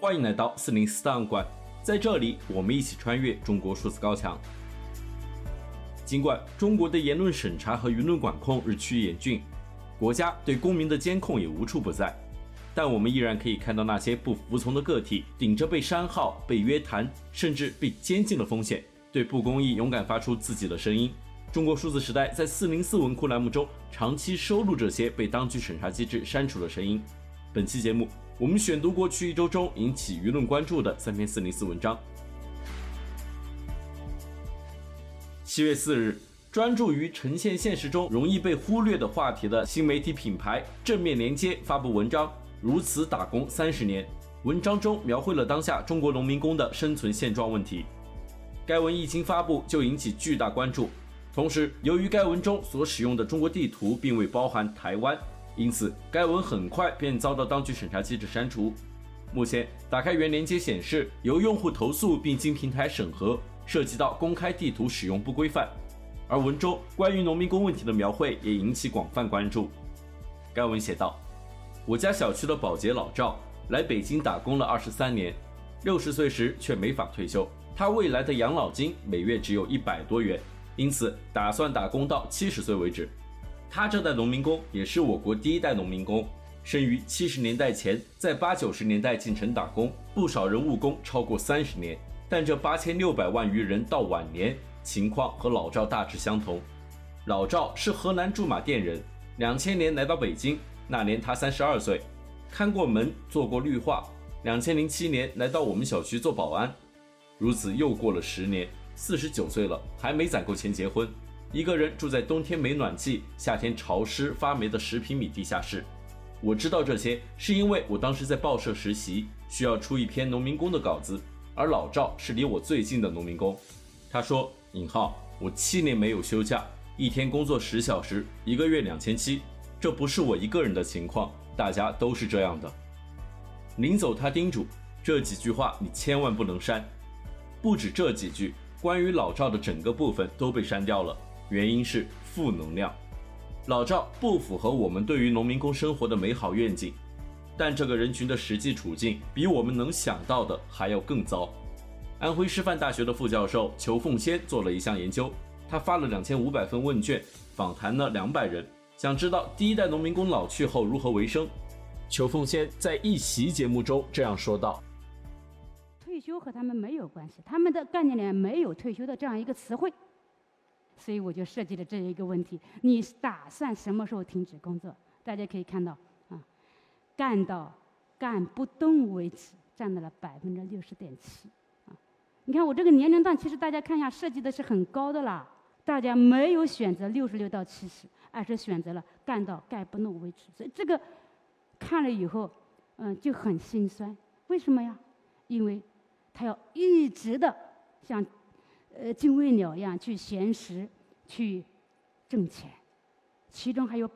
欢迎来到404档案馆，在这里我们一起穿越中国数字高墙。尽管中国的言论审查和舆论管控日趋严峻，国家对公民的监控也无处不在，但我们依然可以看到那些不服从的个体顶着被删号、被约谈甚至被监禁的风险，对不公义勇敢发出自己的声音。中国数字时代在404文库栏目中长期收录这些被当局审查机制删除的声音。本期节目我们选读过去一周中引起舆论关注的3篇404文章。7月4日，专注于呈现现实中容易被忽略的话题的新媒体品牌正面连接发布文章，如此打工30年。文章中描绘了当下中国农民工的生存现状问题。该文一经发布就引起巨大关注，同时由于该文中所使用的中国地图并未包含台湾，因此该文很快便遭到当局审查机制删除。目前打开原连接显示，由用户投诉并经平台审核，涉及到公开地图使用不规范。而文中关于农民工问题的描绘也引起广泛关注。该文写道：我家小区的保洁老赵来北京打工了23年，60岁时却没法退休，他未来的养老金每月只有100多元，因此打算打工到70岁为止。他这代农民工也是我国第一代农民工，生于70年代前，在80、90年代进城打工，不少人务工超过30年，但这8600万余人到晚年情况和老赵大致相同。老赵是河南驻马店人，2000年来到北京，那年他32岁，看过门，做过绿化。2007年来到我们小区做保安，如此又过了10年，49岁了，还没攒够钱结婚。一个人住在冬天没暖气、夏天潮湿发霉的10平米地下室。我知道这些是因为我当时在报社实习，需要出一篇农民工的稿子，而老赵是离我最近的农民工。他说：我7年没有休假，一天工作10小时，一个月2700，这不是我一个人的情况，大家都是这样的。临走他叮嘱，这几句话你千万不能删。不止这几句，关于老赵的整个部分都被删掉了，原因是负能量。老赵不符合我们对于农民工生活的美好愿景，但这个人群的实际处境比我们能想到的还要更糟。安徽师范大学的副教授裘凤仙做了一项研究，他发了2500份问卷，访谈了200人，想知道第一代农民工老去后如何为生。裘凤仙在一席节目中这样说道： 退休和他们没有关系，他们的概念里没有退休的这样一个词汇，所以我就设计了这一个问题：你打算什么时候停止工作？大家可以看到干到干不动为止，占到了60.7%。你看我这个年龄段，其实大家看一下，设计的是很高的啦。大家没有选择66到70，而是选择了干到干不动为止。所以这个看了以后，就很心酸。为什么呀？因为他要一直的像精卫鸟一样去闲时去挣钱，其中还有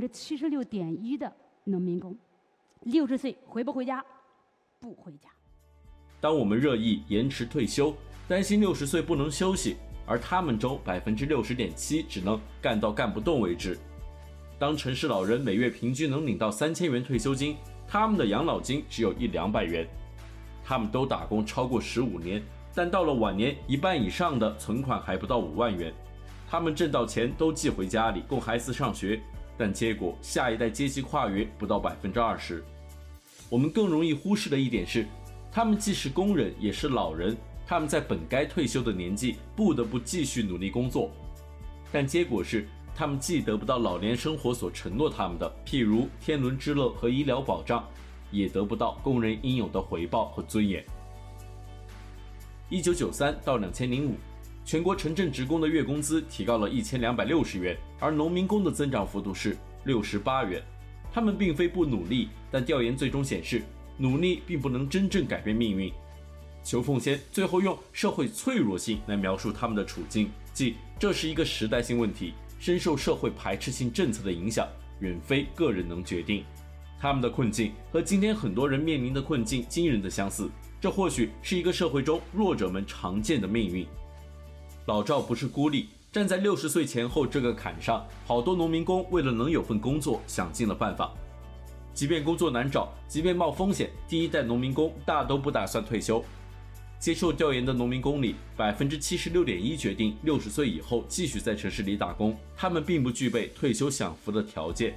76.1%的农民工60岁回不回家？不回家。 当我们热议延迟退休，担心60岁不能休息，而他们中60.7%只能干到干不动为止。当城市老人每月平均能领到3000元退休金，他们的养老金只有100-200元。他们都打工超过15年，但到了晚年，一半以上的存款还不到5万元。他们挣到钱都寄回家里供孩子上学，但结果下一代阶级跨越不到20%。我们更容易忽视的一点是，他们既是工人也是老人，他们在本该退休的年纪不得不继续努力工作，但结果是他们既得不到老年生活所承诺他们的，譬如天伦之乐和医疗保障，也得不到工人应有的回报和尊严。1993到2005，全国城镇职工的月工资提高了1260元，而农民工的增长幅度是68元。他们并非不努力，但调研最终显示，努力并不能真正改变命运。裘凤仙最后用社会脆弱性来描述他们的处境，即这是一个时代性问题，深受社会排斥性政策的影响，远非个人能决定。他们的困境和今天很多人面临的困境惊人的相似，这或许是一个社会中弱者们常见的命运。老赵不是孤立，站在60岁前后这个坎上，好多农民工为了能有份工作，想尽了办法。 即便工作难找，即便冒风险，第一代农民工大都不打算退休。接受调研的农民工里，76.1%决定60岁以后继续在城市里打工，他们并不具备退休享福的条件。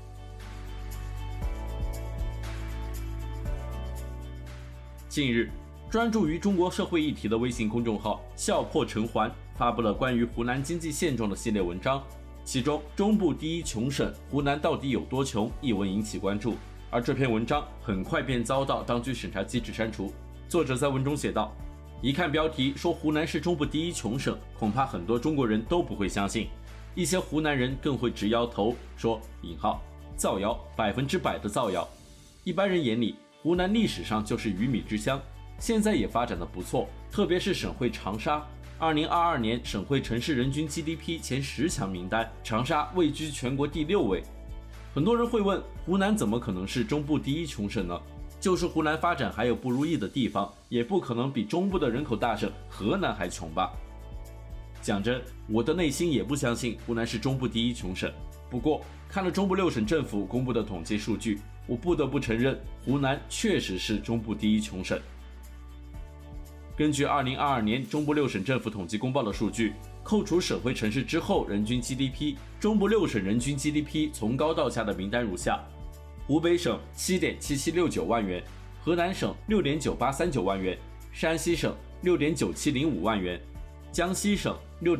近日，专注于中国社会议题的微信公众号笑破城环发布了关于湖南经济现状的系列文章，其中中部第一穷省湖南到底有多穷一文引起关注，而这篇文章很快便遭到当局审查机制删除。作者在文中写道，一看标题说湖南是中部第一穷省，恐怕很多中国人都不会相信，一些湖南人更会直摇头说造谣，100%的造谣。一般人眼里，湖南历史上就是鱼米之乡，现在也发展得不错，特别是省会长沙，2022年省会城市人均 GDP 前10强名单，长沙位居全国第6位。很多人会问，湖南怎么可能是中部第一穷省呢？就是湖南发展还有不如意的地方，也不可能比中部的人口大省河南还穷吧。讲真，我的内心也不相信湖南是中部第一穷省。不过看了中部6省政府公布的统计数据，我不得不承认，湖南确实是中部第一穷省。根据2022年中部6省政府统计公报的数据，扣除省会城市之后人均 GDP， 中部6省人均 GDP 从高到下的名单如下：湖北省 7.7769 万元，河南省 6.9839 万元，山西省 6.9705 万元，江西省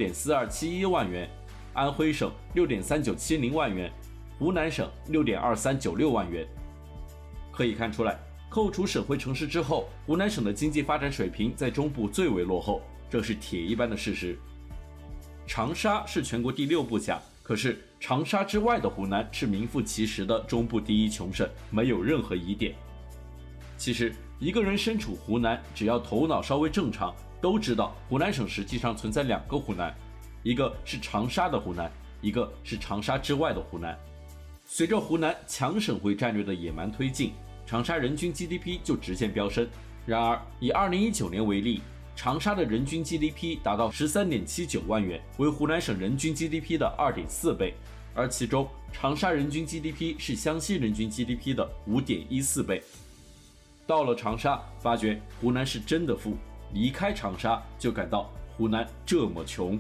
6.4271 万元，安徽省 6.3970 万元，湖南省 6.2396 万元。可以看出来，扣除省会城市之后，湖南省的经济发展水平在中部最为落后，这是铁一般的事实。长沙是全国第6不假，可是长沙之外的湖南是名副其实的中部第一穷省，没有任何疑点。其实一个人身处湖南，只要头脑稍微正常，都知道湖南省实际上存在2个湖南，一个是长沙的湖南，一个是长沙之外的湖南。随着湖南强省会战略的野蛮推进，长沙人均 GDP 就直线飙升。然而以2019年为例，长沙的人均 GDP 达到 13.79 万元，为湖南省人均 GDP 的 2.4 倍，而其中长沙人均 GDP 是湘西人均 GDP 的 5.14 倍。到了长沙，发觉湖南是真的富，离开长沙就感到湖南这么穷。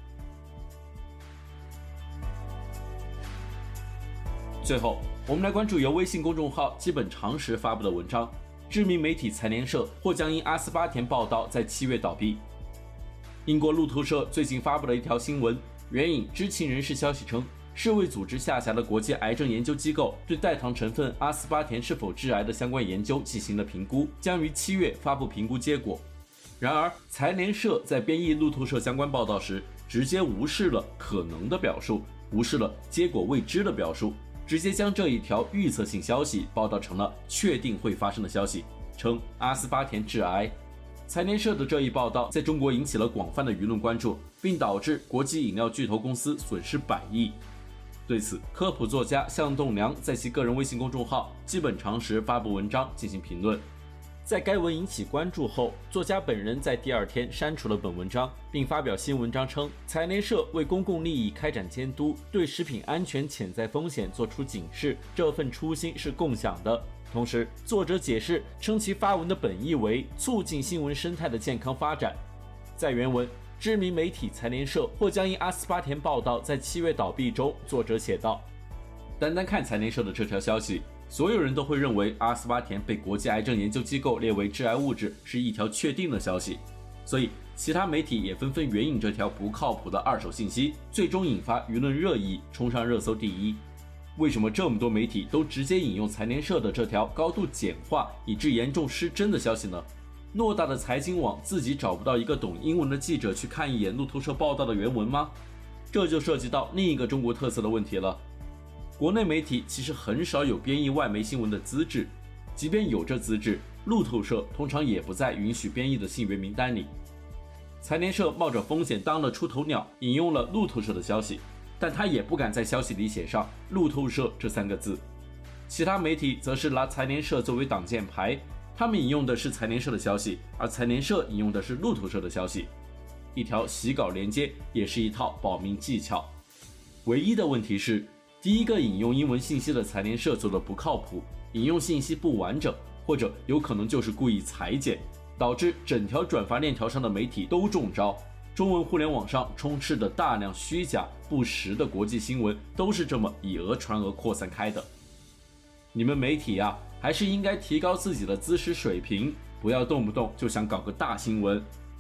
最后，我们来关注由微信公众号基本常识发布的文章，知名媒体财联社或将因阿斯巴甜报道在7月倒闭。英国路透社最近发布了一条新闻，援引知情人士消息称，世卫组织下辖的国际癌症研究机构对代糖成分阿斯巴甜是否致癌的相关研究进行了评估，将于7月发布评估结果。然而，财联社在编译路透社相关报道时，直接无视了可能的表述，无视了结果未知的表述，直接将这一条预测性消息报道成了确定会发生的消息，称阿斯巴甜致癌。财联社的这一报道在中国引起了广泛的舆论关注，并导致国际饮料巨头公司损失100亿。对此，科普作家向栋梁在其个人微信公众号基本常识发布文章进行评论。在该文引起关注后，作家本人在第2天删除了本文章，并发表新文章称，财联社为公共利益开展监督，对食品安全潜在风险作出警示，这份初心是共享的。同时，作者解释称其发文的本意为促进新闻生态的健康发展。在原文，知名媒体财联社或将因阿斯巴甜报道在7月倒闭中，作者写道，单单看财联社的这条消息，所有人都会认为阿斯巴甜被国际癌症研究机构列为致癌物质是一条确定的消息，所以其他媒体也纷纷援引这条不靠谱的二手信息，最终引发舆论热议，冲上热搜第1。为什么这么多媒体都直接引用财联社的这条高度简化以致严重失真的消息呢？偌大的财经网自己找不到一个懂英文的记者去看一眼路透社报道的原文吗？这就涉及到另一个中国特色的问题了。国内媒体其实很少有编译外媒新闻的资质，即便有这资质，路透社通常也不在允许编译的信源名单里。财联社冒着风险当了出头鸟，引用了路透社的消息，但他也不敢在消息里写上路透社这3个字。其他媒体则是拿财联社作为挡箭牌，他们引用的是财联社的消息，而财联社引用的是路透社的消息。一条洗稿连接也是一套保命技巧。唯一的问题是，第一个引用英文信息的财联社做的不靠谱， 引用信息不完整，或者有可能就是故意裁剪，导致整条转发链条上的媒体都中招。中文互联网上充斥的大量虚假不实的国际新闻，都是这么以讹传讹扩散开的。你们媒体啊，还是应该提高自己的知识水平，不要动不动就想搞个大新闻。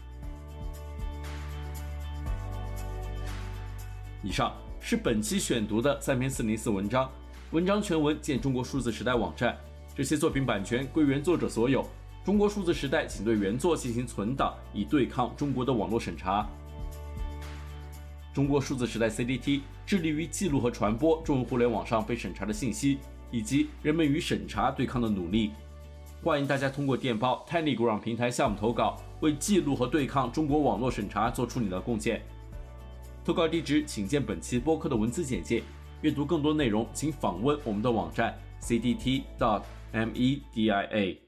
以上是本期选读的3篇404文章，文章全文见中国数字时代网站。这些作品版权归原作者所有。中国数字时代仅对原作进行存档，以对抗中国的网络审查。中国数字时代 CDT 致力于记录和传播中文互联网上被审查的信息，以及人们与审查对抗的努力。欢迎大家通过电报 Telegram 平台项目投稿，为记录和对抗中国网络审查做出你的贡献。投稿地址请见本期播客的文字简介。阅读更多内容，请访问我们的网站 cdt.media。